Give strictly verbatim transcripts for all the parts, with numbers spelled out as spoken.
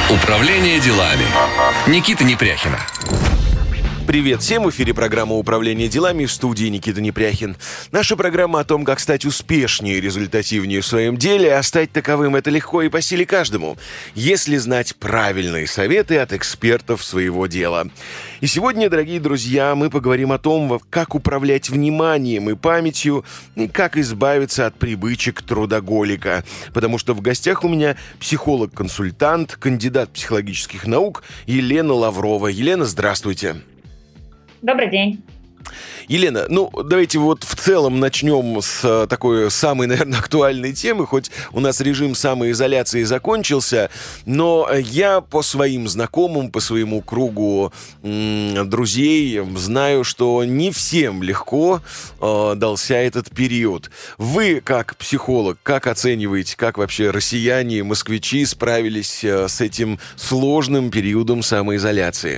Управление делами. Никита Непряхина. Привет всем! В эфире программа «Управление делами», в студии Никита Непряхин. Наша программа о том, как стать успешнее и результативнее в своем деле, а стать таковым это легко и по силе каждому, если знать правильные советы от экспертов своего дела. И сегодня, дорогие друзья, мы поговорим о том, как управлять вниманием и памятью, и как избавиться от привычек трудоголика. Потому что в гостях у меня психолог-консультант, кандидат психологических наук Елена Лаврова. Елена, здравствуйте! Добрый день. Елена, ну, давайте вот в целом начнем с такой самой, наверное, актуальной темы, хоть у нас режим самоизоляции закончился, но я по своим знакомым, по своему кругу м- друзей знаю, что не всем легко э, дался этот период. Вы, как психолог, как оцениваете, как вообще россияне, москвичи справились э, с этим сложным периодом самоизоляции?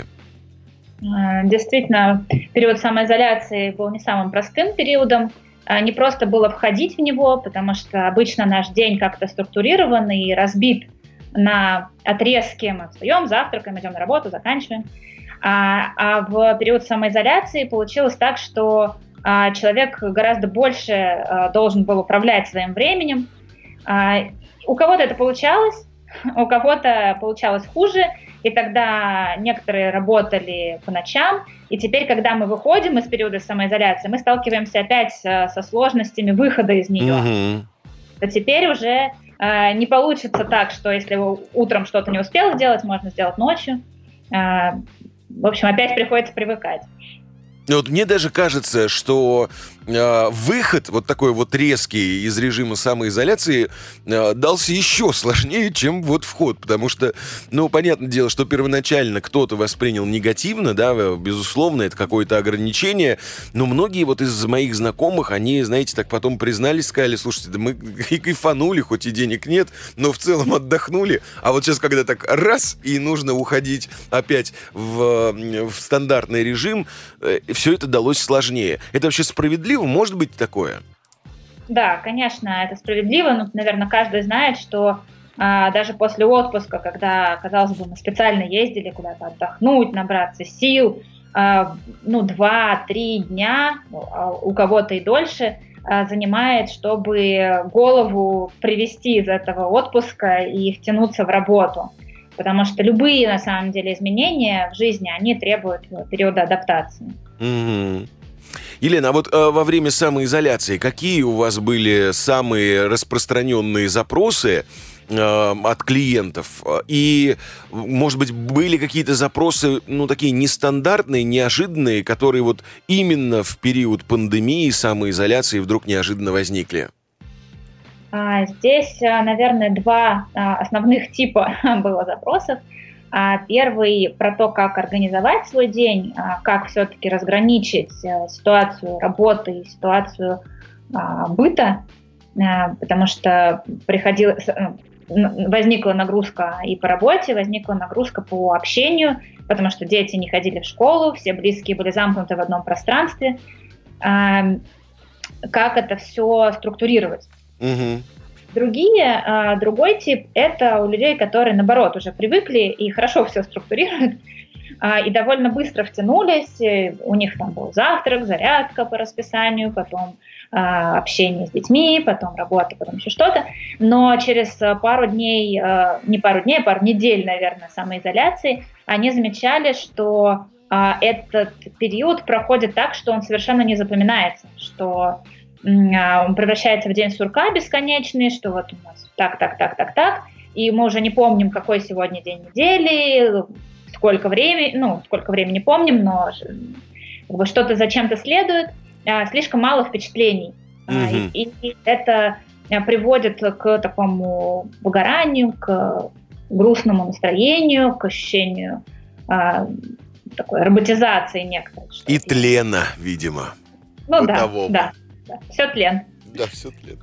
Действительно, период самоизоляции был не самым простым периодом. Не просто было входить в него, потому что обычно наш день как-то структурирован и разбит на отрезки. Мы встаем, завтракаем, идем на работу, заканчиваем. А, а в период самоизоляции получилось так, что а, человек гораздо больше а, должен был управлять своим временем. А, у кого-то это получалось, у кого-то получалось хуже. И тогда некоторые работали по ночам, и теперь, когда мы выходим из периода самоизоляции, мы сталкиваемся опять со сложностями выхода из нее. Mm-hmm. То теперь уже э, не получится так, что если вы утром что-то не успел сделать, можно сделать ночью. Э, в общем, опять приходится привыкать. Вот мне даже кажется, что э, выход вот такой вот резкий из режима самоизоляции э, дался еще сложнее, чем вот вход, потому что, ну, понятное дело, что первоначально кто-то воспринял негативно, да, безусловно, это какое-то ограничение, но многие вот из моих знакомых, они, знаете, так потом признались, сказали, слушайте, да мы и кайфанули, хоть и денег нет, но в целом отдохнули, а вот сейчас, когда так раз, и нужно уходить опять в, в стандартный режим, э, все это далось сложнее. Это вообще справедливо? Может быть такое? Да, конечно, это справедливо. Ну, наверное, каждый знает, что а, даже после отпуска, когда, казалось бы, мы специально ездили куда-то отдохнуть, набраться сил, а, ну, два-три дня, а у кого-то и дольше, а, занимает, чтобы голову привести из этого отпуска и втянуться в работу. Потому что любые, на самом деле, изменения в жизни, они требуют периода адаптации. Mm-hmm. Елена, а вот э, во время самоизоляции какие у вас были самые распространенные запросы э, от клиентов? И, может быть, были какие-то запросы, ну, такие нестандартные, неожиданные, которые вот именно в период пандемии, самоизоляции вдруг неожиданно возникли? Здесь, наверное, два основных типа было запросов. Первый про то, как организовать свой день, как все-таки разграничить ситуацию работы и ситуацию быта, потому что приходилось, возникла нагрузка и по работе, возникла нагрузка по общению, потому что дети не ходили в школу, все близкие были замкнуты в одном пространстве. Как это все структурировать? Угу. Другие, другой тип – это у людей, которые, наоборот, уже привыкли и хорошо все структурируют, и довольно быстро втянулись. У них там был завтрак, зарядка по расписанию, потом общение с детьми, потом работа, потом еще что-то. Но через пару дней, не пару дней, а пару недель, наверное, самоизоляции, они замечали, что этот период проходит так, что он совершенно не запоминается, что он превращается в день сурка бесконечный, что вот у нас так, так, так, так, так, и мы уже не помним, какой сегодня день недели, сколько времени, ну, сколько времени помним, но как бы, что-то зачем-то следует, слишком мало впечатлений. Mm-hmm. И, и это приводит к такому выгоранию, к грустному настроению, к ощущению такой роботизации некоторой. И тлена, видимо. Ну да, да. Да, все тлен. Да, все тлен.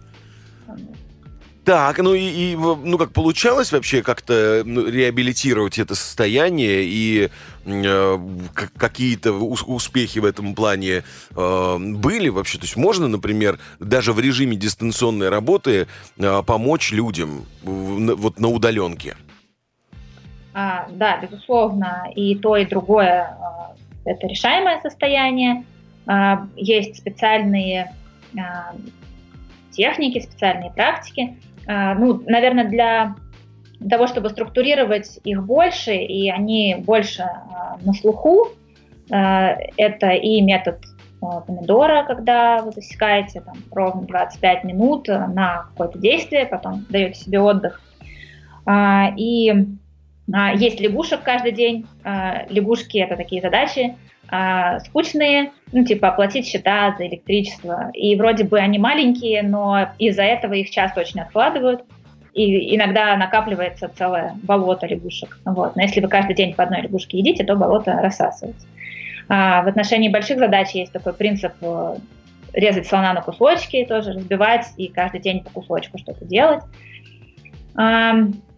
Так, ну и, и ну как получалось вообще как-то ну, реабилитировать это состояние и э, какие-то успехи в этом плане э, были вообще? То есть можно, например, даже в режиме дистанционной работы э, помочь людям в, вот на удаленке? А, да, безусловно, и то, и другое а, это решаемое состояние. А, есть специальные а, техники, специальные практики. А, ну, наверное, для того, чтобы структурировать их больше, и они больше а, на слуху, а, это и метод а, помидора, когда вы засекаете там, ровно двадцать пять минут на какое-то действие, потом даете себе отдых. А, и а, есть лягушек каждый день. А, лягушки — это такие задачи а, скучные, ну, типа оплатить счета за электричество. И вроде бы они маленькие, но из-за этого их часто очень откладывают. И иногда накапливается целое болото лягушек. Вот. Но если вы каждый день по одной лягушке едите, то болото рассасывается. А, в отношении больших задач есть такой принцип резать слона на кусочки, тоже разбивать и каждый день по кусочку что-то делать. А,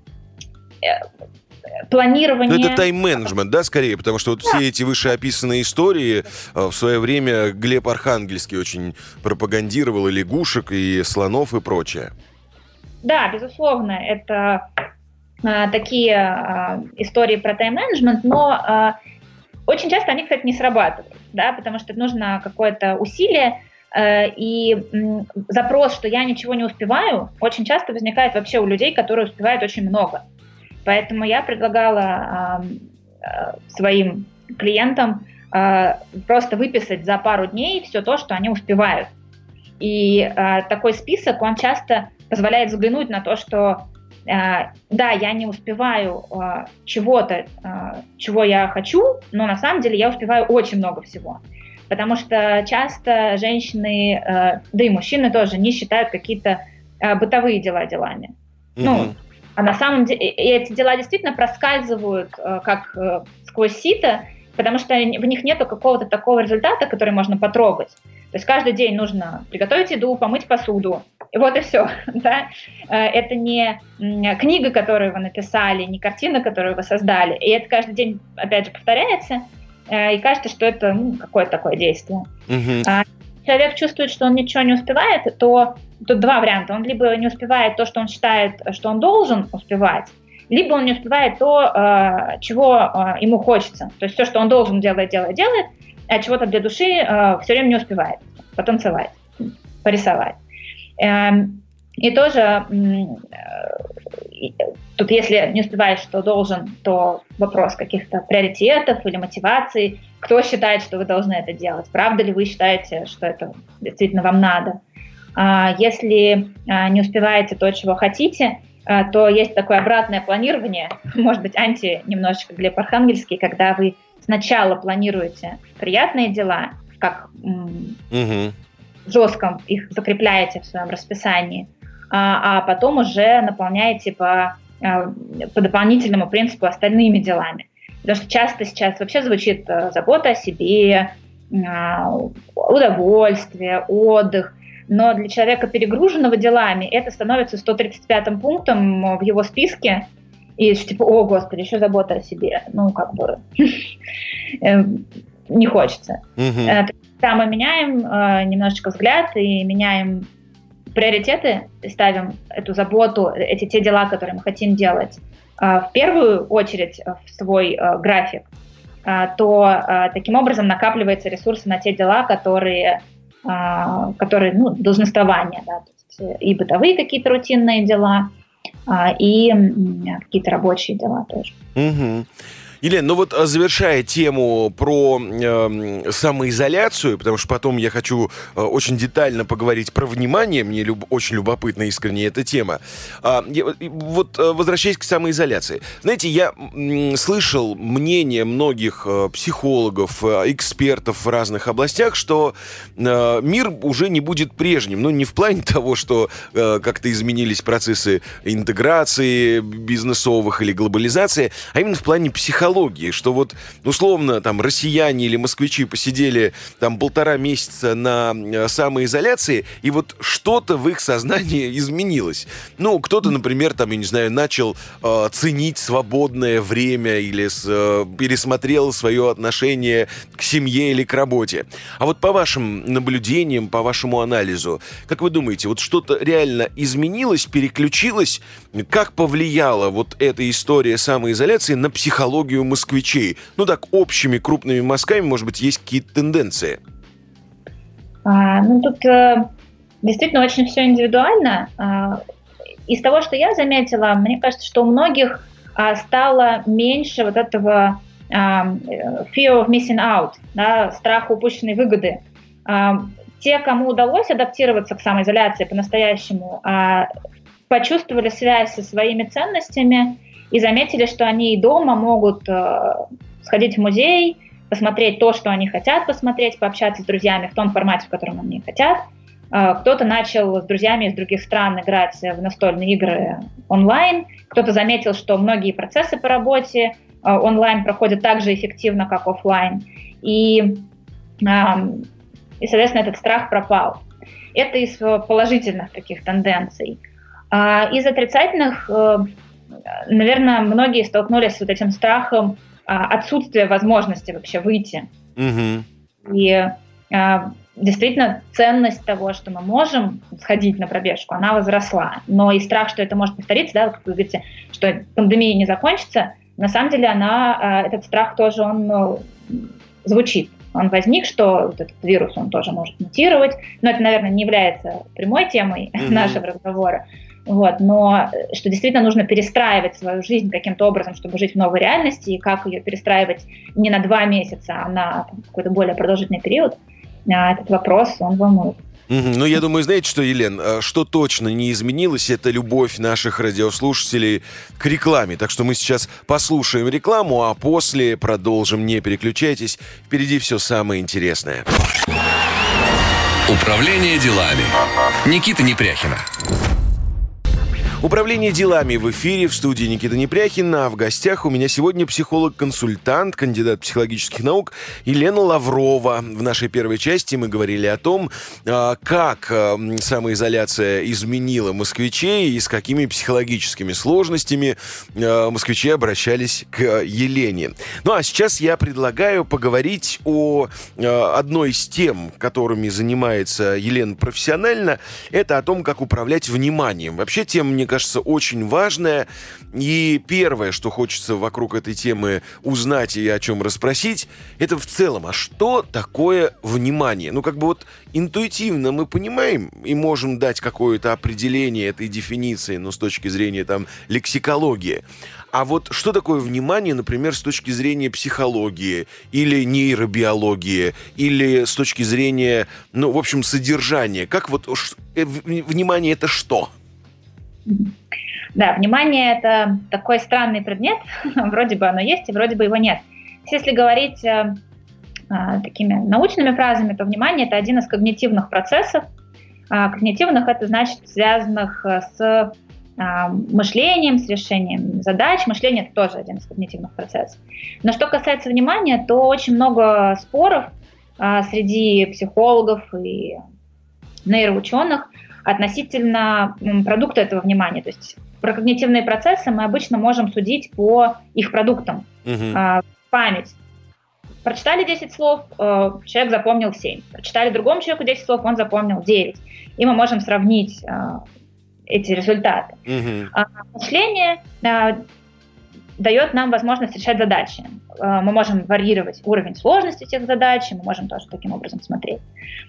планирование... Ну, это тайм-менеджмент, да, скорее, потому что вот да. все эти вышеописанные истории в свое время Глеб Архангельский очень пропагандировал и лягушек, и слонов, и прочее. Да, безусловно, это а, такие а, истории про тайм-менеджмент, но а, очень часто они, кстати, не срабатывают, да, потому что нужно какое-то усилие, а, и м, запрос, что я ничего не успеваю, очень часто возникает вообще у людей, которые успевают очень много. Поэтому я предлагала а, а, своим клиентам а, просто выписать за пару дней все то, что они успевают. И а, такой список, он часто позволяет взглянуть на то, что э, да, я не успеваю э, чего-то, э, чего я хочу, но на самом деле я успеваю очень много всего. Потому что часто женщины, э, да и мужчины тоже, не считают какие-то э, бытовые дела делами. Mm-hmm. Ну, а на самом деле эти дела действительно проскальзывают э, как э, сквозь сито, потому что в них нету какого-то такого результата, который можно потрогать. То есть каждый день нужно приготовить еду, помыть посуду. И вот и все. Да? Это не книга, которую вы написали, не картина, которую вы создали. И это каждый день, опять же, повторяется. И кажется, что это ну, какое-то такое действие. Uh-huh. Человек чувствует, что он ничего не успевает, то тут два варианта. Он либо не успевает то, что он считает, что он должен успевать, либо он не успевает то, чего ему хочется. То есть все, что он должен делать, делает, делает, а чего-то для души все время не успевает потанцевать, порисовать. И тоже тут, если не успеваешь, что должен, то вопрос каких-то приоритетов или мотивации. Кто считает, что вы должны это делать? Правда ли вы считаете, что это действительно вам надо? Если не успеваете то, чего хотите, то есть такое обратное планирование, может быть, анти немножечко Глеб Архангельский, когда вы сначала планируете приятные дела, как угу. жестко их закрепляете в своем расписании, а, а потом уже наполняете по, по дополнительному принципу остальными делами. Потому что часто сейчас вообще звучит забота о себе, удовольствие, отдых. Но для человека, перегруженного делами, это становится сто тридцать пятым пунктом в его списке. И типа, о, господи, еще забота о себе. Ну, как бы не хочется. Тогда мы меняем немножечко взгляд и меняем приоритеты, ставим эту заботу, эти те дела, которые мы хотим делать, в первую очередь в свой график, то таким образом накапливается ресурсы на те дела, которые... которые, ну, должностования, да, то есть и бытовые какие-то рутинные дела, и какие-то рабочие дела тоже. Угу. Елена, ну вот завершая тему про э, самоизоляцию, потому что потом я хочу э, очень детально поговорить про внимание, мне люб, очень любопытна искренне эта тема. А, я, вот возвращаясь к самоизоляции. Знаете, я м, слышал мнение многих э, психологов, э, экспертов в разных областях, что э, мир уже не будет прежним. Ну, не в плане того, что э, как-то изменились процессы интеграции бизнесовых или глобализации, а именно в плане психологии. психологии, что вот условно там россияне или москвичи посидели там полтора месяца на самоизоляции, и вот что-то в их сознании изменилось. Ну, кто-то, например, там, я не знаю, начал э, ценить свободное время или с, э, пересмотрел свое отношение к семье или к работе. А вот по вашим наблюдениям, по вашему анализу, как вы думаете, вот что-то реально изменилось, переключилось? Как повлияла вот эта история самоизоляции на психологию москвичей? Ну так, общими крупными мазками, может быть, есть какие-то тенденции? А, ну, тут э, действительно очень все индивидуально. А, из того, что я заметила, мне кажется, что у многих а, стало меньше вот этого а, fear of missing out, да, страха упущенной выгоды. А, те, кому удалось адаптироваться к самоизоляции по-настоящему, а, почувствовали связь со своими ценностями и заметили, что они и дома могут а, сходить в музей, посмотреть то, что они хотят посмотреть, пообщаться с друзьями в том формате, в котором они хотят. Кто-то начал с друзьями из других стран играть в настольные игры онлайн. Кто-то заметил, что многие процессы по работе онлайн проходят так же эффективно, как офлайн. И, и соответственно, этот страх пропал. Это из положительных таких тенденций. Из отрицательных, наверное, многие столкнулись с вот этим страхом отсутствие возможности вообще выйти. Mm-hmm. И а, действительно ценность того, что мы можем сходить на пробежку, она возросла. Но и страх, что это может повториться, да, как вы говорите, что пандемия не закончится, на самом деле она, а, этот страх тоже, он ну, звучит. Он возник, что вот этот вирус, он тоже может мутировать. Но это, наверное, не является прямой темой mm-hmm. нашего разговора. Вот, но что действительно нужно перестраивать свою жизнь каким-то образом, чтобы жить в новой реальности, и как ее перестраивать не на два месяца, а на там, какой-то более продолжительный период, этот вопрос, он волнует. Mm-hmm. Ну, я думаю, знаете что, Елен, что точно не изменилось, это любовь наших радиослушателей к рекламе. Так что мы сейчас послушаем рекламу, а после продолжим. Не переключайтесь, впереди все самое интересное. Управление делами. Никита Непряхина. Управление делами в эфире, в студии Никита Непряхин, а в гостях у меня сегодня психолог-консультант, кандидат психологических наук Елена Лаврова. В нашей первой части мы говорили о том, как самоизоляция изменила москвичей и с какими психологическими сложностями москвичи обращались к Елене. Ну а сейчас я предлагаю поговорить о одной из тем, которыми занимается Елена профессионально. Это о том, как управлять вниманием. Вообще тема, мне кажется, очень важная. И первое, что хочется вокруг этой темы узнать и о чем расспросить, это в целом, а что такое внимание? Ну, как бы вот интуитивно мы понимаем и можем дать какое-то определение этой дефиниции, но с точки зрения там лексикологии. А вот что такое внимание, например, с точки зрения психологии или нейробиологии, или с точки зрения, ну, в общем, содержания? Как вот внимание — это что? Да, внимание – это такой странный предмет, вроде бы оно есть, и вроде бы его нет. Если говорить э, э, такими научными фразами, то внимание – это один из когнитивных процессов. А когнитивных – это значит связанных с э, мышлением, с решением задач. Мышление – это тоже один из когнитивных процессов. Но что касается внимания, то очень много споров э, среди психологов и нейроученых относительно продукта этого внимания. То есть про когнитивные процессы мы обычно можем судить по их продуктам. Uh-huh. Память. Прочитали десять слов, человек запомнил семь. Прочитали другому человеку десять слов, он запомнил девять. И мы можем сравнить эти результаты. Uh-huh. Мышление дает нам возможность решать задачи. Мы можем варьировать уровень сложности этих задач, мы можем тоже таким образом смотреть.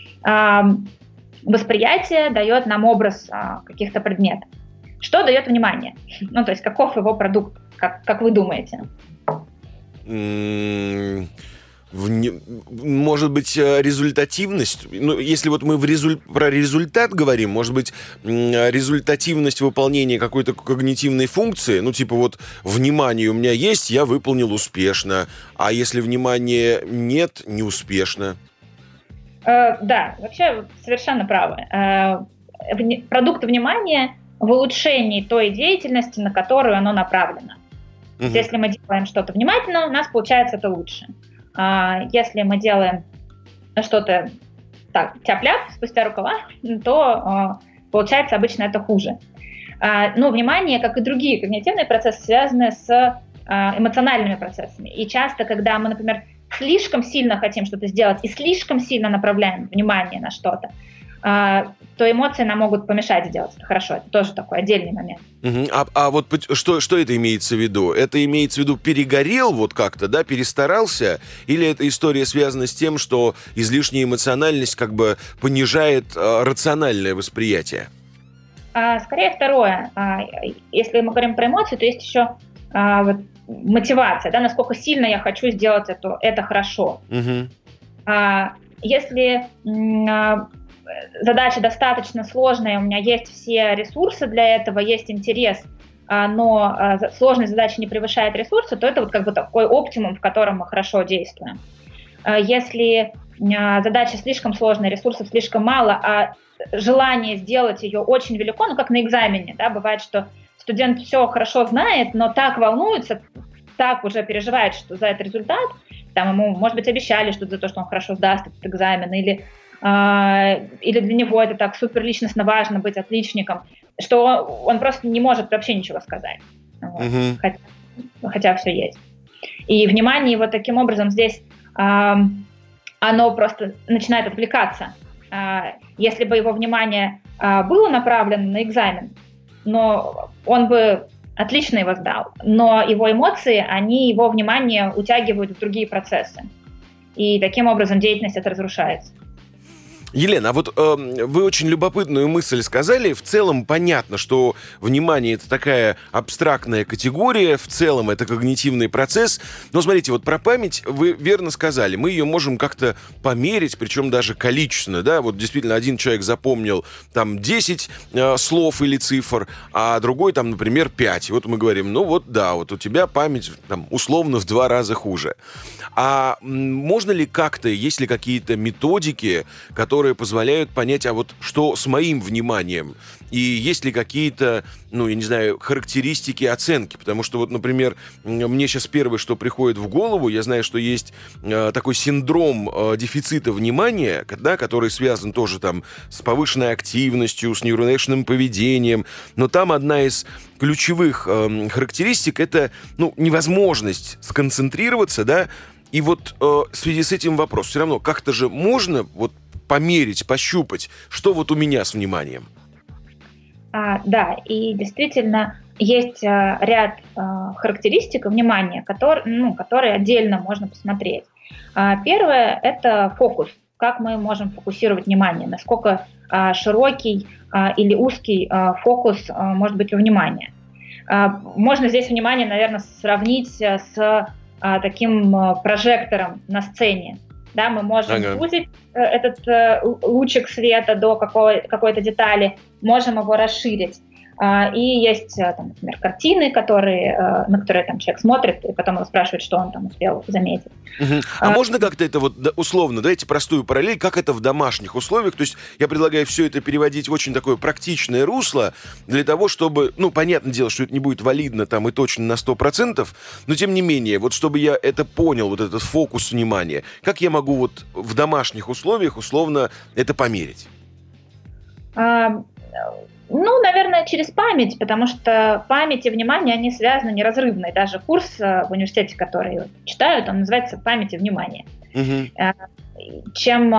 Восприятие дает нам образ а, каких-то предметов. Что дает внимание? Ну, то есть, каков его продукт, как, как вы думаете? Mm, вне, может быть, результативность? Ну, если вот мы в резуль, про результат говорим, может быть, результативность выполнения какой-то когнитивной функции, ну, типа вот внимание у меня есть, я выполнил успешно, а если внимания нет, неуспешно. Да, вообще совершенно правы. Продукт внимания в улучшении той деятельности, на которую оно направлено. То есть, если мы делаем что-то внимательно, у нас получается это лучше. А если мы делаем что-то так, тяп-ляп, спустя рукава, то а, получается обычно это хуже. А, но внимание, как и другие когнитивные процессы, связаны с а, эмоциональными процессами. И часто, когда мы, например, слишком сильно хотим что-то сделать и слишком сильно направляем внимание на что-то, а, то эмоции нам могут помешать сделать это хорошо. Это тоже такой отдельный момент. Угу. А, а вот что, что это имеется в виду? Это имеется в виду перегорел вот как-то, да, перестарался? Или эта история связана с тем, что излишняя эмоциональность как бы понижает а, рациональное восприятие? А, скорее второе. А, если мы говорим про эмоции, то есть еще а, вот, мотивация, да, насколько сильно я хочу сделать это, это хорошо. Угу. А, если а, задача достаточно сложная, у меня есть все ресурсы для этого, есть интерес, но сложность задачи не превышает ресурсы, то это вот как бы такой оптимум, в котором мы хорошо действуем. Если задача слишком сложная, ресурсов слишком мало, а желание сделать ее очень велико, ну как на экзамене, да, бывает, что студент все хорошо знает, но так волнуется, так уже переживает, что за этот результат, там ему, может быть, обещали что-то за то, что он хорошо сдаст этот экзамен, или или для него это так суперличностно важно быть отличником, что он просто не может вообще ничего сказать, вот. uh-huh. хотя, хотя все есть. И внимание его таким образом здесь, э, оно просто начинает отвлекаться. Э, если бы его внимание э, было направлено на экзамен, но он бы отлично его сдал, но его эмоции, они его внимание утягивают в другие процессы. И таким образом деятельность эта разрушается. Елена, а вот э, вы очень любопытную мысль сказали. В целом понятно, что внимание — это такая абстрактная категория, в целом это когнитивный процесс. Но смотрите, вот про память вы верно сказали. Мы ее можем как-то померить, причем даже количественно, да. Вот действительно один человек запомнил там десять э, слов или цифр, а другой там, например, пять. И вот мы говорим, ну вот да, вот у тебя память там условно в два раза хуже. А можно ли как-то, есть ли какие-то методики, которые которые позволяют понять, а вот что с моим вниманием, и есть ли какие-то, ну, я не знаю, характеристики, оценки, потому что вот, например, мне сейчас первое, что приходит в голову, я знаю, что есть э, такой синдром э, дефицита внимания, да, который связан тоже там с повышенной активностью, с нейрональным поведением, но там одна из ключевых э, характеристик — это, ну, невозможность сконцентрироваться, да, и вот э, в связи с этим вопрос, все равно как-то же можно вот померить, пощупать, что вот у меня с вниманием. А, да, и действительно есть а, ряд а, характеристик внимания, который, ну, которые отдельно можно посмотреть. А, первое – это фокус. Как мы можем фокусировать внимание, насколько а, широкий а, или узкий а, фокус а, может быть у внимания. А, можно здесь внимание, наверное, сравнить с а, таким а, прожектором на сцене. Да, мы можем ага. сузить э, этот э, лучик света до какой, какой-то детали, можем его расширить. А, и есть, э, там, например, картины, которые, э, на которые там, человек смотрит, и потом его спрашивает, что он там успел заметить. Угу. А, а можно как-то это вот условно, дайте простую параллель, как это в домашних условиях? То есть я предлагаю все это переводить в очень такое практичное русло для того, чтобы, ну, понятное дело, что это не будет валидно там и точно на сто процентов, но тем не менее, вот чтобы я это понял, вот этот фокус внимания, как я могу вот в домашних условиях условно это померить? А, ну, наверное, через память, потому что память и внимание, они связаны неразрывно. И даже курс в университете, который читают, он называется «Память и внимание». Угу. Чем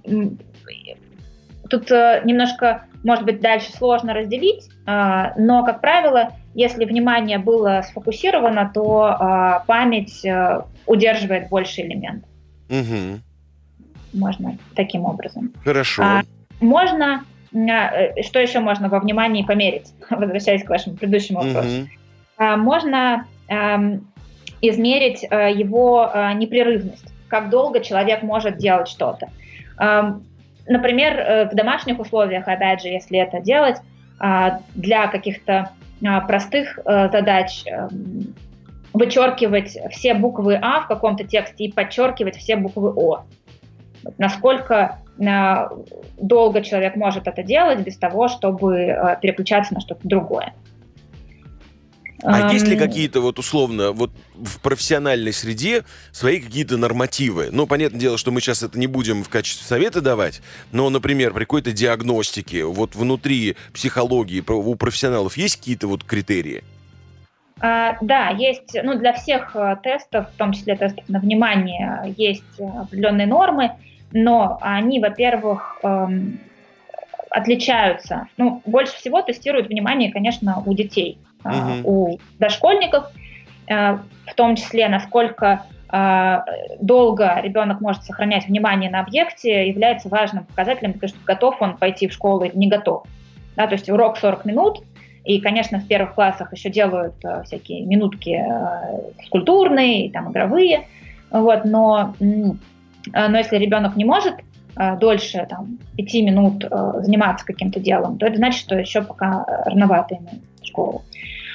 тут немножко, может быть, дальше сложно разделить, но, как правило, если внимание было сфокусировано, то память удерживает больше элементов. Угу. Можно таким образом. Хорошо. Можно... Что еще можно во внимании померить, возвращаясь к вашему предыдущему вопросу? Uh-huh. Можно эм, измерить э, его э, непрерывность, как долго человек может делать что-то. Эм, например, э, в домашних условиях, опять же, если это делать, э, для каких-то э, простых э, задач э, вычеркивать все буквы А в каком-то тексте и подчеркивать все буквы О. Насколько долго человек может это делать без того, чтобы переключаться на что-то другое. А есть ли какие-то вот условно вот в профессиональной среде свои какие-то нормативы? Ну, понятное дело, что мы сейчас это не будем в качестве совета давать, но, например, при какой-то диагностике, вот внутри психологии у профессионалов есть какие-то вот критерии? А, да, есть, ну, для всех тестов, в том числе тестов на внимание, есть определенные нормы, но они, во-первых, эм, отличаются. Ну, больше всего тестируют внимание, конечно, у детей. Uh-huh. У дошкольников, в том числе, насколько долго ребенок может сохранять внимание на объекте, является важным показателем, потому что готов он пойти в школу или не готов. Да, то есть урок сорок минут, и, конечно, в первых классах еще делают всякие минутки физкультурные, там, игровые, вот, но, но если ребенок не может дольше там, пяти минут заниматься каким-то делом, то это значит, что еще пока рановато ему в школу.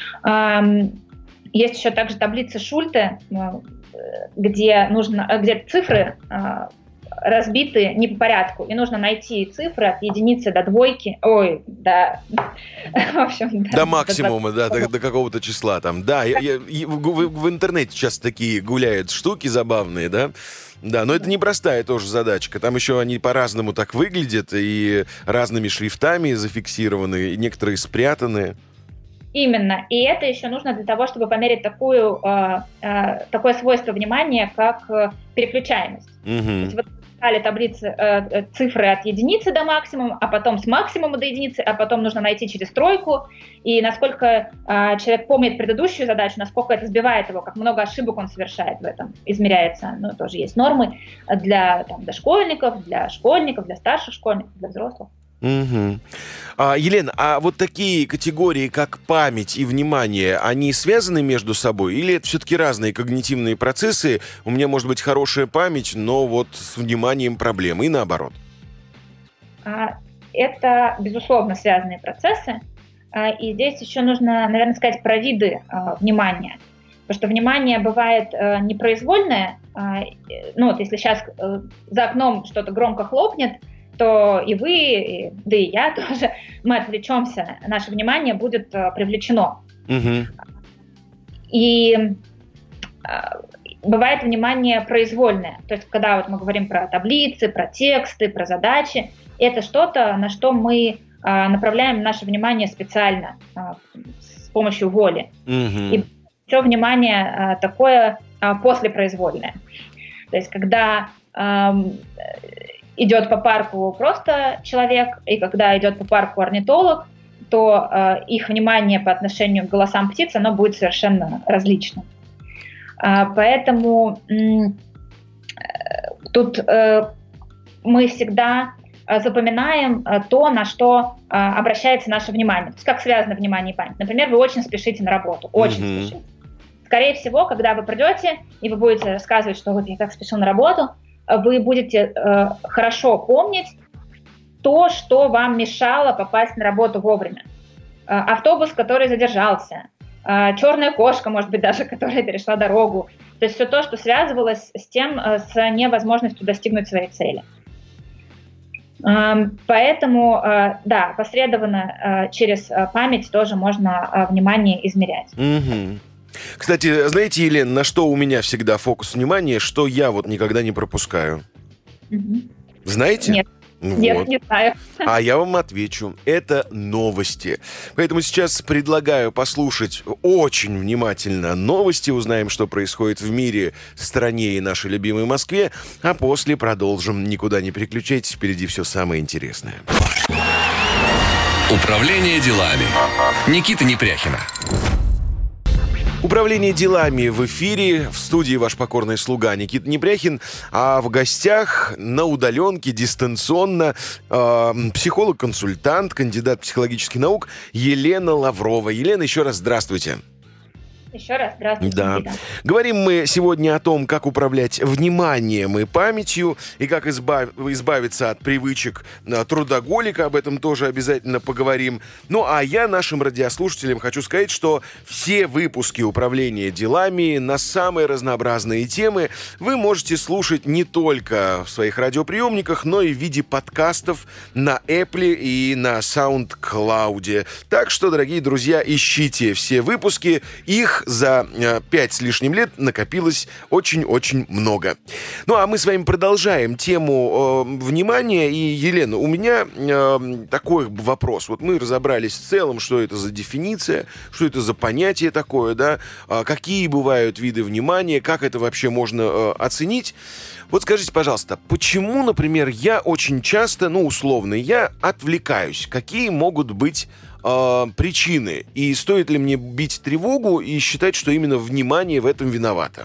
Есть еще также таблица Шульте, где, нужно, где цифры разбиты не по порядку, и нужно найти цифры от единицы до двойки, ой, до, в общем, до, до максимума, до, да, до, до какого-то числа там. Да, я, я, в, в, в интернете сейчас такие гуляют штуки забавные, да. Да, но это непростая тоже задачка. Там еще они по-разному так выглядят, и разными шрифтами зафиксированы, и некоторые спрятаны. Именно. И это еще нужно для того, чтобы померить такую, э, э, такое свойство внимания, как э, переключаемость. Mm-hmm. То есть вот стали таблицы, э, цифры от единицы до максимума, а потом с максимума до единицы, а потом нужно найти через тройку. И насколько э, человек помнит предыдущую задачу, насколько это сбивает его, как много ошибок он совершает в этом, измеряется. Ну, тоже есть нормы для там, дошкольников, для школьников, для старших школьников, для взрослых. Угу. А, Елена, а вот такие категории, как память и внимание, они связаны между собой? Или это все-таки разные когнитивные процессы? У меня может быть хорошая память, но вот с вниманием проблемы, и наоборот. А, это, безусловно, связанные процессы. А, и здесь еще нужно, наверное, сказать про виды а, внимания. Потому что внимание бывает а, непроизвольное. А, ну, вот если сейчас а, за окном что-то громко хлопнет, то и вы, и, да и я тоже, мы отвлечемся, наше внимание будет а, привлечено. Угу. И а, бывает внимание произвольное, то есть когда вот мы говорим про таблицы, про тексты, про задачи, это что-то, на что мы а, направляем наше внимание специально а, с помощью воли. Угу. И все внимание а, такое а, послепроизвольное. То есть когда а, идет по парку просто человек, и когда идет по парку орнитолог, то э, их внимание по отношению к голосам птиц, оно будет совершенно различным. А, поэтому м- тут э, мы всегда запоминаем э, то, на что э, обращается наше внимание. То есть как связано внимание и память. Например, вы очень спешите на работу, очень mm-hmm. спешите. Скорее всего, когда вы придете, и вы будете рассказывать, что вот я так спешил на работу, вы будете э, хорошо помнить то, что вам мешало попасть на работу вовремя. Э, автобус, который задержался, э, черная кошка, может быть, даже, которая перешла дорогу. То есть все то, что связывалось с тем, э, с невозможностью достигнуть своей цели. Э, поэтому, э, да, посредованно э, через э, память тоже можно э, внимание измерять. Mm-hmm. Кстати, знаете, Елена, на что у меня всегда фокус внимания, что я вот никогда не пропускаю? Угу. Знаете? Нет. Вот. Нет, не знаю. А я вам отвечу. Это новости. Поэтому сейчас предлагаю послушать очень внимательно новости, узнаем, что происходит в мире, стране и нашей любимой Москве, а после продолжим. Никуда не переключайтесь, впереди все самое интересное. Управление делами. Никита Непряхина. Управление делами в эфире, в студии ваш покорный слуга Никита Непряхин, а в гостях на удаленке, дистанционно, э, психолог-консультант, кандидат психологических наук Елена Лаврова. Елена, еще раз здравствуйте. Еще раз здравствуйте, Да. Никита. Говорим мы сегодня о том, как управлять вниманием и памятью, и как избав- избавиться от привычек а, трудоголика. Об этом тоже обязательно поговорим. Ну, а я нашим радиослушателям хочу сказать, что все выпуски управления делами на самые разнообразные темы вы можете слушать не только в своих радиоприемниках, но и в виде подкастов на Apple и на SoundCloud. Так что, дорогие друзья, ищите все выпуски. Их за э, пять с лишним лет накопилось очень-очень много. Ну, а мы с вами продолжаем тему э, внимания. И, Елена, у меня э, такой вопрос. Вот мы разобрались в целом, что это за дефиниция, что это за понятие такое, да, э, какие бывают виды внимания, как это вообще можно э, оценить. Вот скажите, пожалуйста, почему, например, я очень часто, ну, условно, я отвлекаюсь? Какие могут быть э, причины? И стоит ли мне бить тревогу и считать, что именно внимание в этом виновато?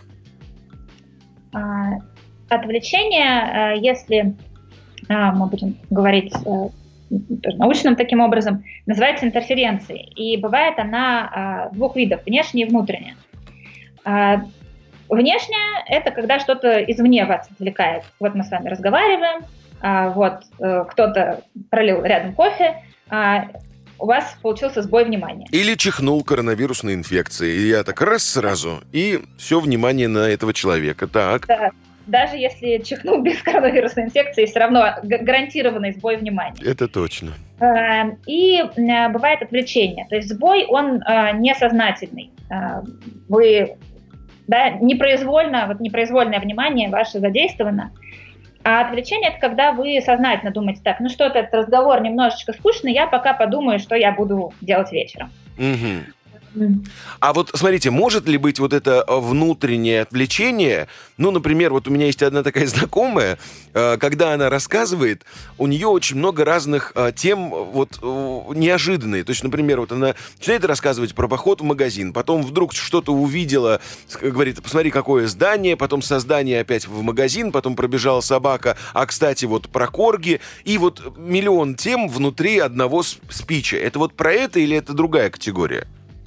А, Отвлечение, э, если а, мы будем говорить э, тоже научным таким образом, называется интерференцией. И бывает она а, двух видов, внешняя и внутренняя. А, Внешняя – это когда что-то извне вас отвлекает. Вот мы с вами разговариваем, а, вот э, кто-то пролил рядом кофе, а, у вас получился сбой внимания. Или чихнул коронавирусной инфекцией. И я так раз сразу, и все внимание на этого человека. Так. Да. Даже если чихнул без коронавирусной инфекции, все равно гарантированный сбой внимания. Это точно. И бывает отвлечение. То есть сбой, он несознательный. Вы, да, непроизвольно, вот непроизвольное внимание ваше задействовано. А отвлечение – это когда вы сознательно думаете, так, ну что-то, этот разговор немножечко скучный, я пока подумаю, что я буду делать вечером. Угу. А вот смотрите, может ли быть вот это внутреннее отвлечение? Ну, например, вот у меня есть одна такая знакомая, когда она рассказывает, у нее очень много разных тем вот неожиданные. То есть, например, вот она начинает рассказывать про поход в магазин, потом вдруг что-то увидела, говорит, посмотри, какое здание, потом со здания опять в магазин, потом пробежала собака, а, кстати, вот про корги, и вот миллион тем внутри одного спича. Это вот про это или это другая категория?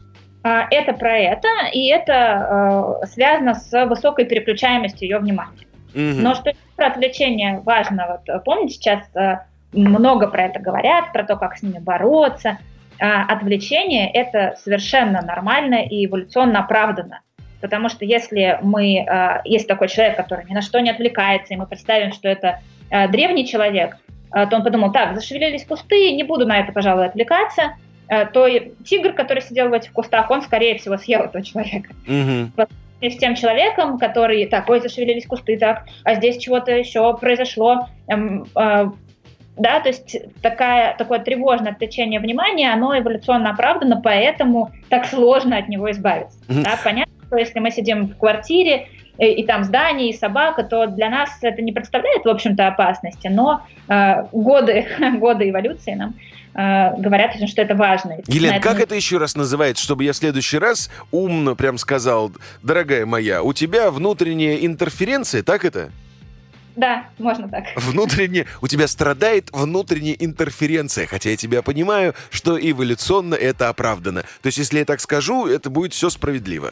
Это про это, и это э, связано с высокой переключаемостью ее внимания. Mm-hmm. Но что про отвлечение важно, вот помните, сейчас э, много про это говорят, про то, как с ними бороться. Э, отвлечение – это совершенно нормально и эволюционно оправданно. Потому что если мы, э, есть такой человек, который ни на что не отвлекается, и мы представим, что это э, древний человек, э, то он подумал, так, зашевелились кусты, не буду на это, пожалуй, отвлекаться, то тигр, который сидел в этих кустах, он, скорее всего, съел этого человека. Mm-hmm. И с тем человеком, который, так, ой, зашевелились кусты, так, а здесь чего-то еще произошло. Эм, э, да, то есть такая, такое тревожное отвлечение внимания, оно эволюционно оправдано, поэтому так сложно от него избавиться. Mm-hmm. Да, понятно, что если мы сидим в квартире, и, и там здание, и собака, то для нас это не представляет, в общем-то, опасности, но э, годы, годы эволюции нам говорят, что это важно. Елена, как это еще раз называется, чтобы я в следующий раз умно прям сказал, дорогая моя, у тебя внутренняя интерференция, так это? Да, можно так. Внутренне, у тебя страдает внутренняя интерференция, хотя я тебя понимаю, что эволюционно это оправдано. То есть, если я так скажу, это будет все справедливо.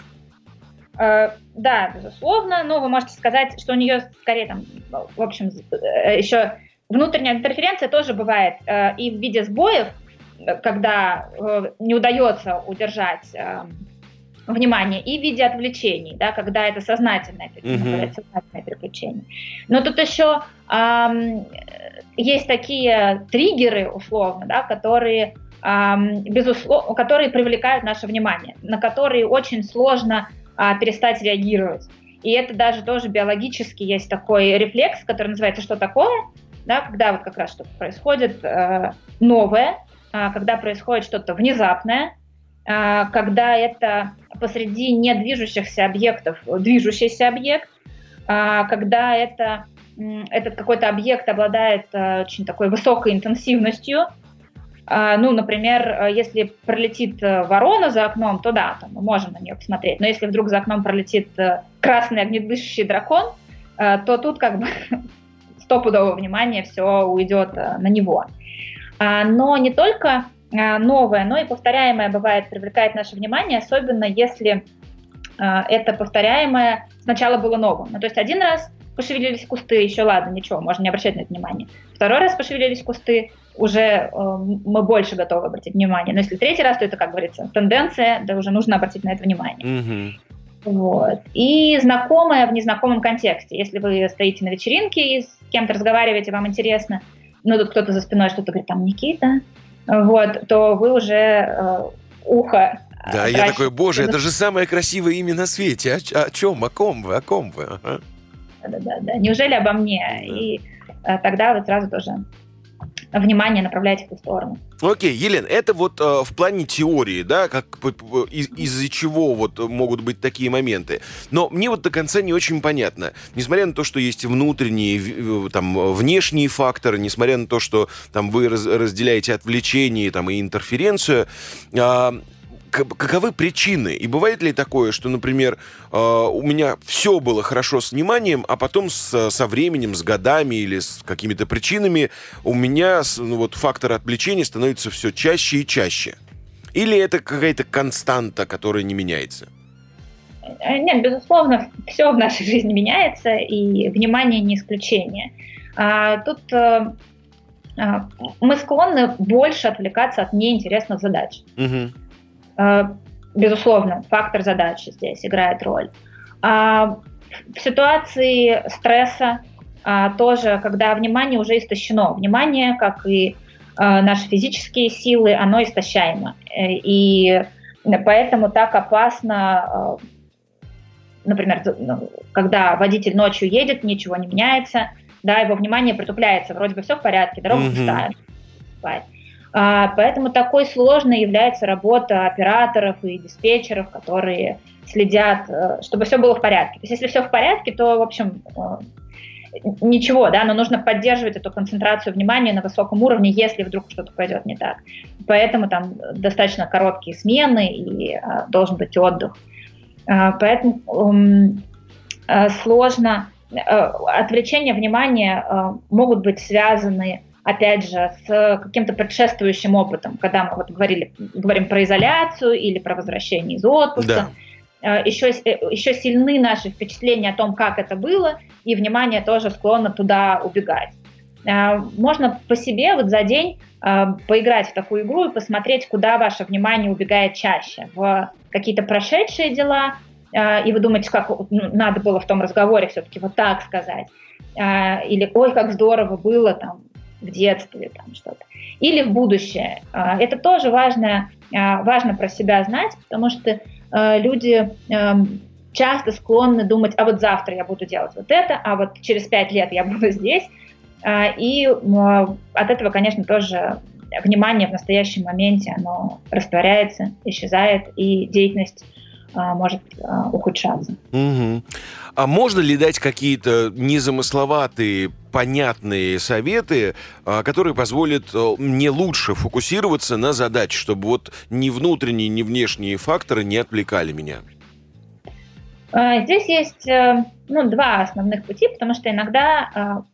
Э, да, безусловно, но вы можете сказать, что у нее скорее там, в общем, еще... Внутренняя интерференция тоже бывает э, и в виде сбоев, когда э, не удается удержать э, внимание, и в виде отвлечений, да, когда это сознательное, mm-hmm. сознательное переключение. Но тут еще э, есть такие триггеры, условно, да, которые, э, безусловно, которые привлекают наше внимание, на которые очень сложно э, перестать реагировать. И это даже тоже биологически есть такой рефлекс, который называется «что такое?», да, когда вот как раз что-то происходит э, новое, э, когда происходит что-то внезапное, э, когда это посреди недвижущихся объектов движущийся объект, э, когда это, э, этот какой-то объект обладает э, очень такой высокой интенсивностью. Э, ну, например, если пролетит ворона за окном, то да, там мы можем на нее посмотреть. Но если вдруг за окном пролетит э, красный огнедышащий дракон, э, то тут как бы... стопудовое внимание все уйдет а, на него. А, но не только а, новое, но и повторяемое бывает, привлекает наше внимание, особенно если это повторяемое сначала было новым. Ну, то есть один раз пошевелились кусты, еще ладно, ничего, можно не обращать на это внимание. Второй раз пошевелились кусты, уже э, мы больше готовы обратить внимание. Но если третий раз, то это, как говорится, тенденция, да уже нужно обратить на это внимание. Mm-hmm. Вот. И знакомое в незнакомом контексте. Если вы стоите на вечеринке и с кем-то разговариваете, вам интересно, ну тут кто-то за спиной что-то говорит, там Никита, вот, то вы уже э, ухо... Да, я такой, боже, это же самое красивое имя на свете. О, о чем, о ком вы, о ком вы? Ага. Да-да-да. Неужели обо мне? Да. И а, тогда вы сразу тоже внимание направляете в ту сторону. Окей, Елена, это вот э, в плане теории, да, как, из, из-за чего вот могут быть такие моменты. Но мне вот до конца не очень понятно. Несмотря на то, что есть внутренние, там, внешние факторы, несмотря на то, что там вы раз, разделяете отвлечение там, и интерференцию, э, каковы причины? И бывает ли такое, что, например, у меня все было хорошо с вниманием, а потом с, со временем, с годами или с какими-то причинами у меня ну, вот, фактор отвлечения становится все чаще и чаще? Или это какая-то константа, которая не меняется? Нет, безусловно, все в нашей жизни меняется, и внимание не исключение. А, тут а, мы склонны больше отвлекаться от неинтересных задач. Угу. Безусловно, фактор задачи здесь играет роль. В ситуации стресса тоже, когда внимание уже истощено, внимание, как и наши физические силы, оно истощаемо. И поэтому так опасно, например, когда водитель ночью едет, ничего не меняется, да, его внимание притупляется, вроде бы все в порядке, дорога пустая. Mm-hmm. Поэтому такой сложной является работа операторов и диспетчеров, которые следят, чтобы все было в порядке. То есть если все в порядке, то, в общем, ничего, да, но нужно поддерживать эту концентрацию внимания на высоком уровне, если вдруг что-то пойдет не так. Поэтому там достаточно короткие смены и а, должен быть отдых. А, поэтому а, сложно. А, отвлечения внимания а, могут быть связаны, опять же, с каким-то предшествующим опытом, когда мы вот говорили, говорим про изоляцию или про возвращение из отпуска. Да. Еще, еще сильны наши впечатления о том, как это было, и внимание тоже склонно туда убегать. Можно по себе вот за день поиграть в такую игру и посмотреть, куда ваше внимание убегает чаще. В какие-то прошедшие дела, и вы думаете, как ну, надо было в том разговоре все-таки вот так сказать. Или «Ой, как здорово было там, в детстве там что-то». Или в будущее. Это тоже важно, важно про себя знать, потому что люди часто склонны думать, а вот завтра я буду делать вот это, а вот через пять лет я буду здесь. И от этого, конечно, тоже внимание в настоящем моменте, оно растворяется, исчезает, и деятельность может ухудшаться. Угу. А можно ли дать какие-то незамысловатые, понятные советы, которые позволят мне лучше фокусироваться на задаче, чтобы вот ни внутренние, ни внешние факторы не отвлекали меня? Здесь есть ну, два основных пути, потому что иногда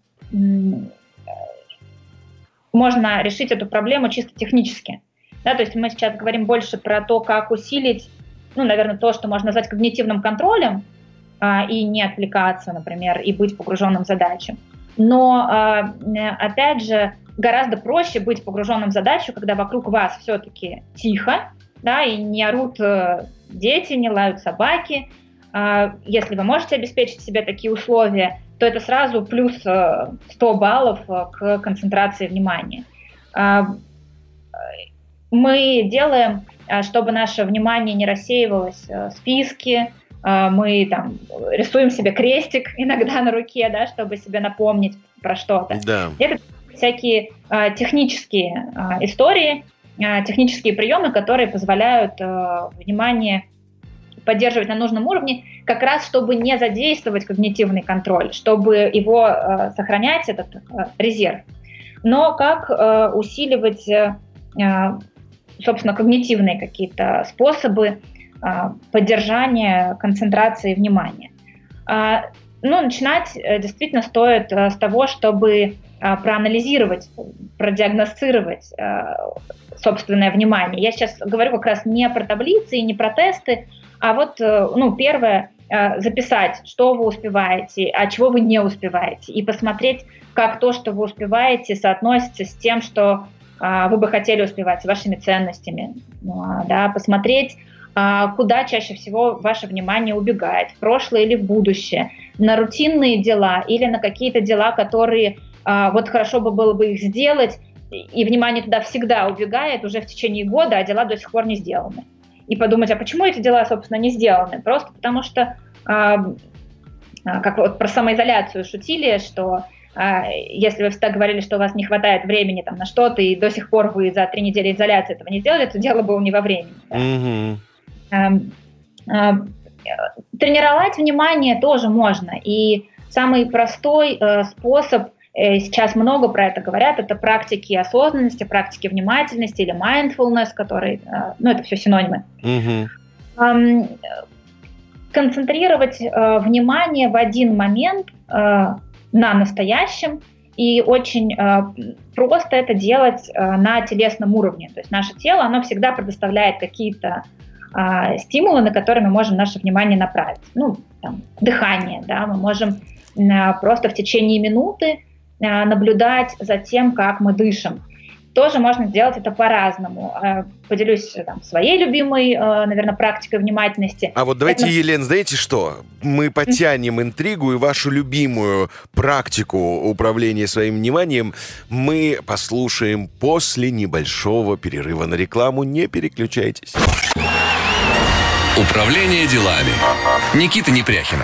можно решить эту проблему чисто технически. Да, то есть мы сейчас говорим больше про то, как усилить, ну, наверное, то, что можно назвать когнитивным контролем, а, и не отвлекаться, например, и быть погруженным в задачу. Но, а, опять же, гораздо проще быть погруженным в задачу, когда вокруг вас все-таки тихо, да, и не орут дети, не лают собаки. А, если вы можете обеспечить себе такие условия, то это сразу плюс сто баллов к концентрации внимания. А, мы делаем, чтобы наше внимание не рассеивалось, списки, мы там рисуем себе крестик иногда на руке, да, чтобы себе напомнить про что-то. Да. Это всякие а, технические а, истории, а, технические приемы, которые позволяют а, внимание поддерживать на нужном уровне, как раз чтобы не задействовать когнитивный контроль, чтобы его а, сохранять, этот а, резерв. Но как а, усиливать, а, собственно, когнитивные какие-то способы поддержания концентрации внимания. Ну, начинать действительно стоит с того, чтобы проанализировать, продиагностировать собственное внимание. Я сейчас говорю как раз не про таблицы и не про тесты, А вот, ну, первое, записать, что вы успеваете, а чего вы не успеваете, и посмотреть, как то, что вы успеваете, соотносится с тем, что вы бы хотели успевать, с вашими ценностями. Да, посмотреть, куда чаще всего ваше внимание убегает, в прошлое или в будущее, на рутинные дела или на какие-то дела, которые вот хорошо бы было бы их сделать, и внимание туда всегда убегает уже в течение года, а дела до сих пор не сделаны. И подумать, а почему эти дела, собственно, не сделаны? Просто потому что, э, как вот про самоизоляцию шутили, что э, если вы всегда говорили, что у вас не хватает времени там, на что-то, и до сих пор вы за три недели изоляции этого не сделали, то дело было не во времени. Да? Mm-hmm. Э, э, тренировать внимание тоже можно. И самый простой э, способ, сейчас много про это говорят, это практики осознанности, практики внимательности или mindfulness, которые, ну, это все синонимы. Mm-hmm. Концентрировать внимание в один момент на настоящем, и очень просто это делать на телесном уровне. То есть наше тело, оно всегда предоставляет какие-то стимулы, на которые мы можем наше внимание направить. Ну, там, дыхание, да, мы можем просто в течение минуты наблюдать за тем, как мы дышим. Тоже можно сделать это по-разному. Поделюсь там, своей любимой, наверное, практикой внимательности. А вот давайте, это... Елена, знаете что? Мы потянем интригу и вашу любимую практику управления своим вниманием мы послушаем после небольшого перерыва на рекламу. Не переключайтесь. Управление делами. Никита Непряхина.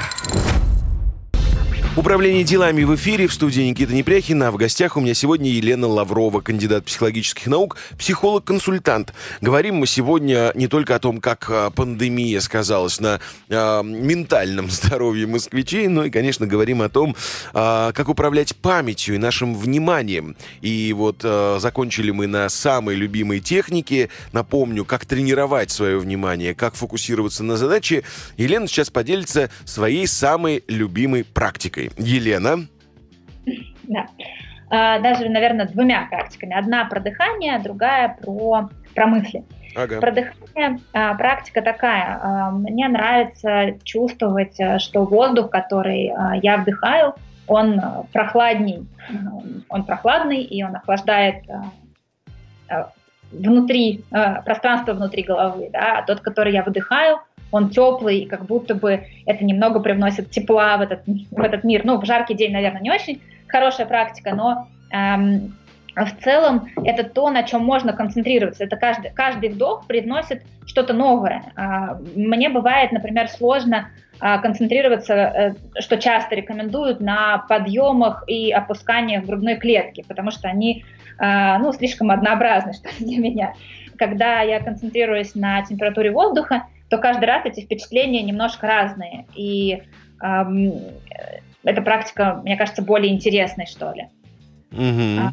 Управление делами в эфире, в студии Никита Непряхина. А в гостях у меня сегодня Елена Лаврова, кандидат психологических наук, психолог-консультант. Говорим мы сегодня не только о том, как пандемия сказалась на э, ментальном здоровье москвичей, но и, конечно, говорим о том, э, как управлять памятью и нашим вниманием. И вот э, закончили мы на самой любимой технике. Напомню, как тренировать свое внимание, как фокусироваться на задаче. Елена сейчас поделится своей самой любимой практикой. Елена. Да. А, даже, наверное, двумя практиками. Одна про дыхание, другая про, про мысли. Ага. Про дыхание а, практика такая. А, мне нравится чувствовать, что воздух, который а, я вдыхаю, он прохладней. Он прохладный, и он охлаждает а, а, внутри, а, пространство внутри головы. Да? А тот, который я выдыхаю, он теплый, и как будто бы это немного привносит тепла в этот, в этот мир. Ну, в жаркий день, наверное, не очень хорошая практика, но эм, в целом это то, на чем можно концентрироваться. Это каждый, каждый вдох привносит что-то новое. Э, мне бывает, например, сложно э, концентрироваться, э, что часто рекомендуют, на подъемах и опусканиях грудной клетки, потому что они э, ну, слишком однообразны, что для меня. Когда я концентрируюсь на температуре воздуха, то каждый раз эти впечатления немножко разные. И эм, эта практика, мне кажется, более интересной, что ли. Mm-hmm.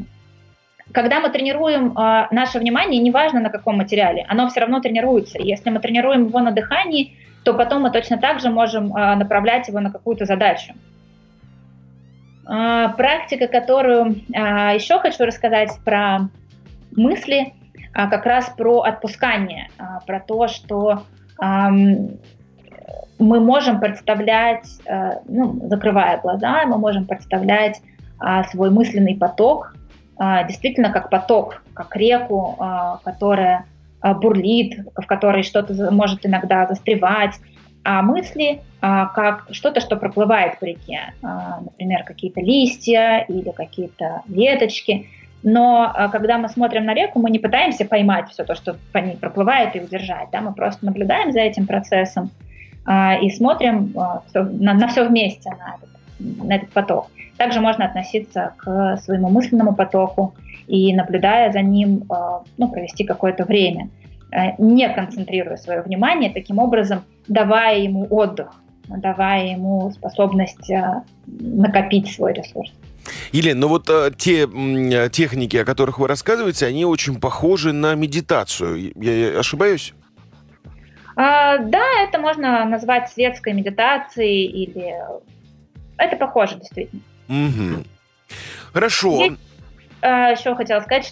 Когда мы тренируем э, наше внимание, неважно на каком материале, оно все равно тренируется. И если мы тренируем его на дыхании, то потом мы точно так же можем э, направлять его на какую-то задачу. Э, практика, которую э, еще хочу рассказать про мысли, как раз про отпускание, про то, что эм, мы можем представлять, э, ну, закрывая глаза, мы можем представлять э, свой мысленный поток э, действительно как поток, как реку, э, которая э, бурлит, в которой что-то может иногда застревать, а мысли э, как что-то, что проплывает по реке, э, например, какие-то листья или какие-то веточки. Но когда мы смотрим на реку, мы не пытаемся поймать все то, что по ней проплывает, и удержать. Да? Мы просто наблюдаем за этим процессом э, и смотрим э, все, на, на все вместе, на этот, на этот поток. Также можно относиться к своему мысленному потоку и, наблюдая за ним, э, ну, провести какое-то время, э, не концентрируя свое внимание, таким образом давая ему отдых, давая ему способность э, накопить свой ресурс. Елена, ну вот а, те м, техники, о которых вы рассказываете, они очень похожи на медитацию. Я, я ошибаюсь? А, да, это можно назвать светской медитацией, или это похоже, действительно. Угу. Хорошо. Здесь, а, еще хотела сказать, что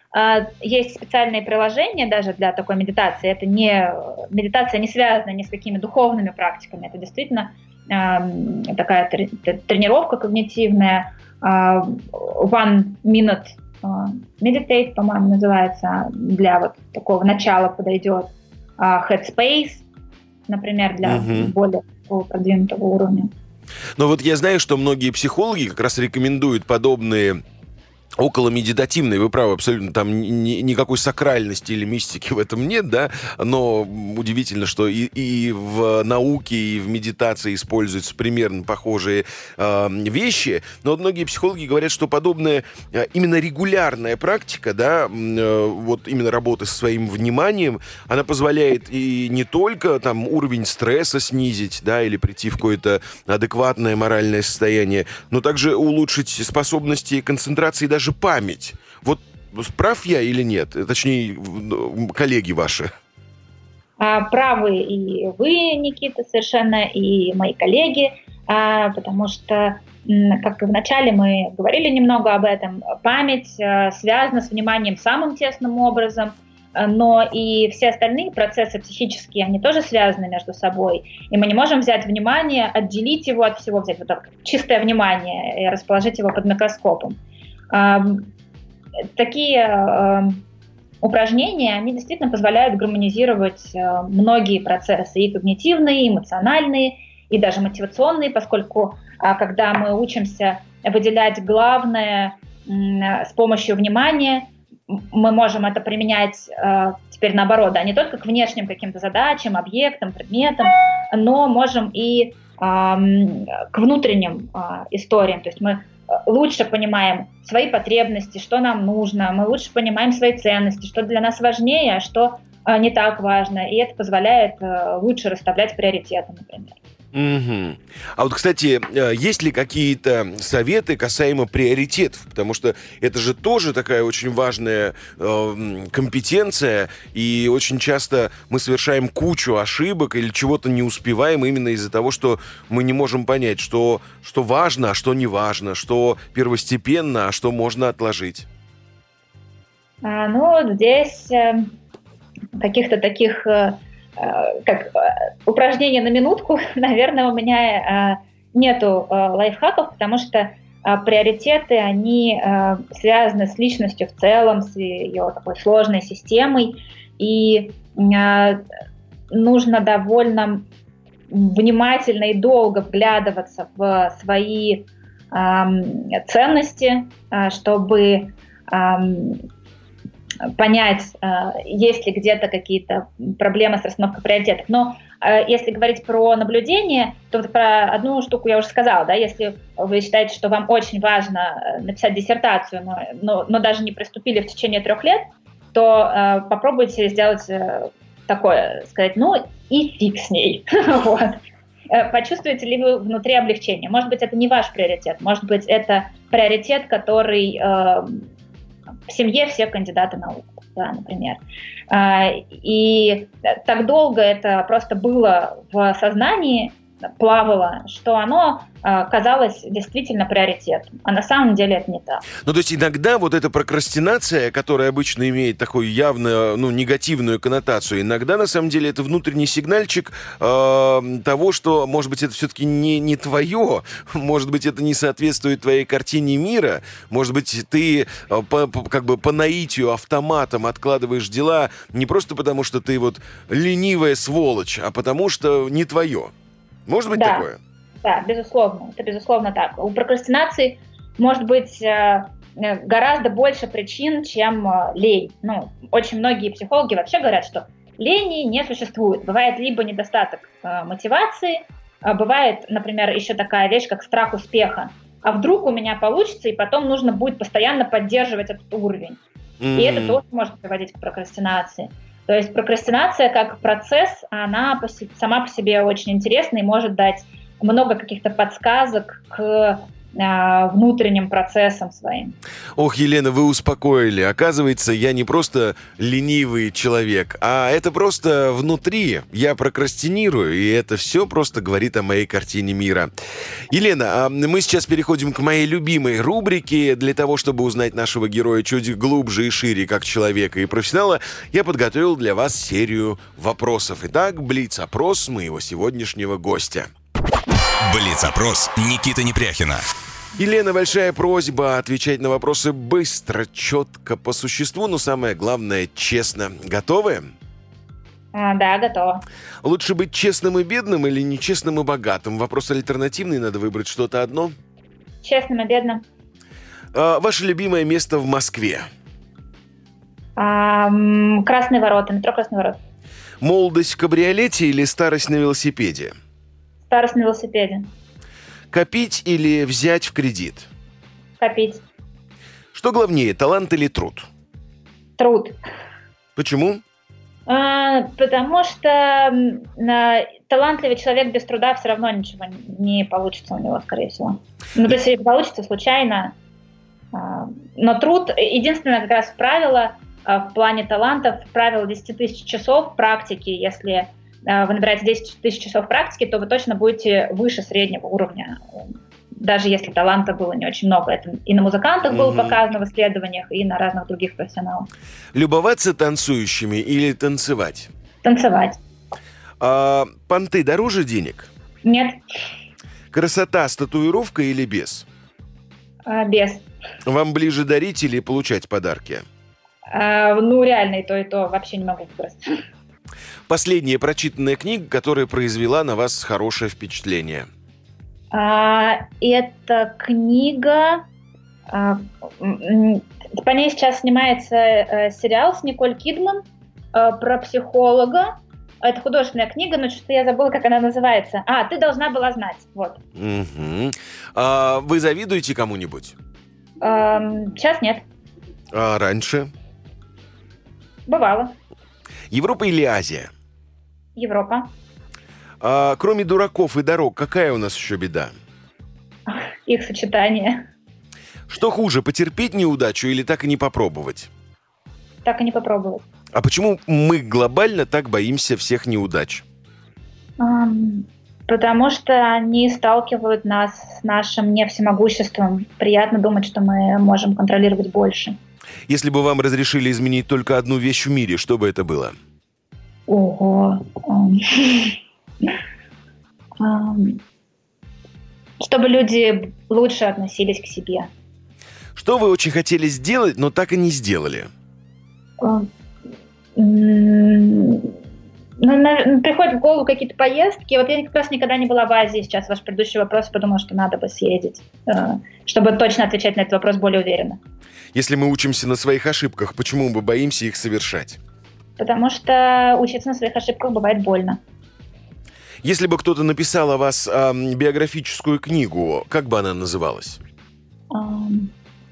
Есть специальные приложения даже для такой медитации. Это не медитация не связана ни с какими духовными практиками. Это действительно такая тренировка когнитивная. One Minute Meditate, по-моему, называется, для вот такого начала подойдет. Headspace, например, для угу. более продвинутого уровня. Но вот я знаю, что многие психологи как раз рекомендуют подобные околомедитативные, вы правы, абсолютно, там ни, никакой сакральности или мистики в этом нет, да, но удивительно, что и, и в науке, и в медитации используются примерно похожие э, вещи, но вот многие психологи говорят, что подобная э, именно регулярная практика, да, э, вот именно работа со своим вниманием, она позволяет и не только там уровень стресса снизить, да, или прийти в какое-то адекватное моральное состояние, но также улучшить способности концентрации и даже даже память. Вот прав я или нет? Точнее, коллеги ваши. А, правы и вы, Никита, совершенно, и мои коллеги, а, потому что, как и в начале мы говорили немного об этом, память а, связана с вниманием самым тесным образом, но и все остальные процессы психические, они тоже связаны между собой. И мы не можем взять внимание, отделить его от всего, взять вот так, чистое внимание и расположить его под микроскопом. Такие упражнения, они действительно позволяют гармонизировать многие процессы, и когнитивные, и эмоциональные, и даже мотивационные, поскольку когда мы учимся выделять главное с помощью внимания, мы можем это применять теперь наоборот, да, не только к внешним каким-то задачам, объектам, предметам, но можем и к внутренним историям, то есть мы лучше понимаем свои потребности, что нам нужно, мы лучше понимаем свои ценности, что для нас важнее, а что э, не так важно, и это позволяет э, лучше расставлять приоритеты, например. Угу. А вот, кстати, есть ли какие-то советы касаемо приоритетов? Потому что это же тоже такая очень важная э, компетенция, и очень часто мы совершаем кучу ошибок или чего-то не успеваем именно из-за того, что мы не можем понять, что, что важно, а что не важно, что первостепенно, а что можно отложить. А, ну, здесь э, каких-то таких... Э, как упражнение на минутку, наверное, у меня нету лайфхаков, потому что приоритеты, они связаны с личностью в целом, с ее такой сложной системой, и нужно довольно внимательно и долго вглядываться в свои ценности, чтобы понять, есть ли где-то какие-то проблемы с расстановкой приоритетов. Но если говорить про наблюдение, то вот про одну штуку я уже сказала, да, если вы считаете, что вам очень важно написать диссертацию, но, но, но даже не приступили в течение трех лет, то э, попробуйте сделать э, такое, сказать, ну и фиг с ней. Вот. Почувствуете ли вы внутри облегчение? Может быть, это не ваш приоритет, может быть, это приоритет, который... Э, в семье все кандидаты наук, да, например. И так долго это просто было в сознании, плавало, что оно казалось действительно приоритетом. А на самом деле это не так. Ну, то есть иногда вот эта прокрастинация, которая обычно имеет такую явную, ну, негативную коннотацию, иногда на самом деле это внутренний сигнальчик э, того, что, может быть, это все-таки не, не твое, может быть, это не соответствует твоей картине мира, может быть, ты э, по, по, как бы по наитию автоматом откладываешь дела не просто потому, что ты вот ленивая сволочь, а потому что не твое. Может быть, да, такое? Да, безусловно. Это безусловно так. У прокрастинации может быть гораздо больше причин, чем лень. Ну, очень многие психологи вообще говорят, что лени не существует. Бывает либо недостаток мотивации, бывает, например, еще такая вещь, как страх успеха. А вдруг у меня получится, и потом нужно будет постоянно поддерживать этот уровень. Mm-hmm. И это тоже может приводить к прокрастинации. То есть прокрастинация как процесс, она сама по себе очень интересна и может дать много каких-то подсказок к внутренним процессом своим. Ох, Елена, вы успокоили. Оказывается, я не просто ленивый человек, а это просто внутри. Я прокрастинирую, и это все просто говорит о моей картине мира. Елена, мы сейчас переходим к моей любимой рубрике. Для того, чтобы узнать нашего героя чуть глубже и шире, как человека и профессионала, я подготовил для вас серию вопросов. Итак, блиц-опрос моего сегодняшнего гостя. Блиц-опрос Никиты Непряхина. Елена, большая просьба отвечать на вопросы быстро, четко, по существу, но самое главное, честно. Готовы? А, да, готова. Лучше быть честным и бедным или нечестным и богатым? Вопрос альтернативный, надо выбрать что-то одно. Честным и бедным. А, ваше любимое место в Москве? А, м, Красные ворота, метро Красные ворота. Молодость в кабриолете или старость на велосипеде? Старость на велосипеде. Копить или взять в кредит? Копить. Что главнее, талант или труд? Труд. Почему? А, потому что м, а, талантливый человек без труда все равно ничего не получится у него, скорее всего. Ну, то есть, если получится случайно. А, но труд, единственное как раз правило а, в плане талантов, правило десять тысяч часов практики, если а, вы набираете десять тысяч часов практики, то вы точно будете выше среднего уровня, даже если таланта было не очень много. Это и на музыкантах было Мгм. показано в исследованиях, и на разных других профессионалах. Любоваться танцующими или танцевать? Танцевать. А, понты дороже денег? Нет, Красота с татуировкой или без? а, без. Вам ближе дарить или получать подарки? А, ну, реально и то, и то вообще не могу выбрать. Последняя прочитанная книга, которая произвела на вас хорошее впечатление? А, это книга, а, м, по ней сейчас снимается э, сериал с Николь Кидман э, про психолога. Это художественная книга, но что-то я забыла, как она называется. А, «Ты должна была знать». Вот. Мгм. А вы завидуете кому-нибудь? Ам, сейчас нет. А раньше? Бывало. Европа или Азия? Европа. А кроме дураков и дорог, какая у нас еще беда? Их сочетание. Что хуже, потерпеть неудачу или так и не попробовать? Так и не попробовать. А почему мы глобально так боимся всех неудач? Ам, потому что они сталкивают нас с нашим невсемогуществом. Приятно думать, что мы можем контролировать больше. Если бы вам разрешили изменить только одну вещь в мире, что бы это было? Ого. Ам. Ам. Чтобы люди лучше относились к себе. Что вы очень хотели сделать, но так и не сделали? Ам. М, Ну, на- приходят в голову какие-то поездки. Вот я как раз никогда не была в Азии. Сейчас ваш предыдущий вопрос, подумала, что надо бы съездить, э, чтобы точно отвечать на этот вопрос более уверенно. Если мы учимся на своих ошибках, почему мы боимся их совершать? Потому что учиться на своих ошибках бывает больно. Если бы кто-то написал о вас ам, биографическую книгу, как бы она называлась? Ам.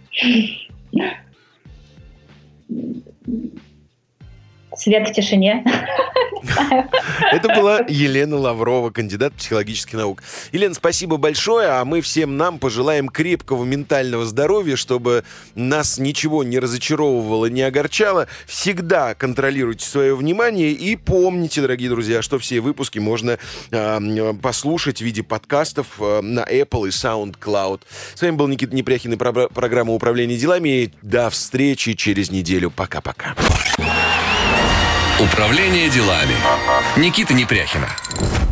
Свет в тишине. Не знаю. Это была Елена Лаврова, кандидат психологических наук. Елена, спасибо большое, а мы всем нам пожелаем крепкого ментального здоровья, чтобы нас ничего не разочаровывало, не огорчало. Всегда контролируйте свое внимание и помните, дорогие друзья, что все выпуски можно э, послушать в виде подкастов э, на Apple и SoundCloud. С вами был Никита Непряхин и про- программа «Управление делами». До встречи через неделю. Пока-пока. Управление делами. Никиты Непряхина.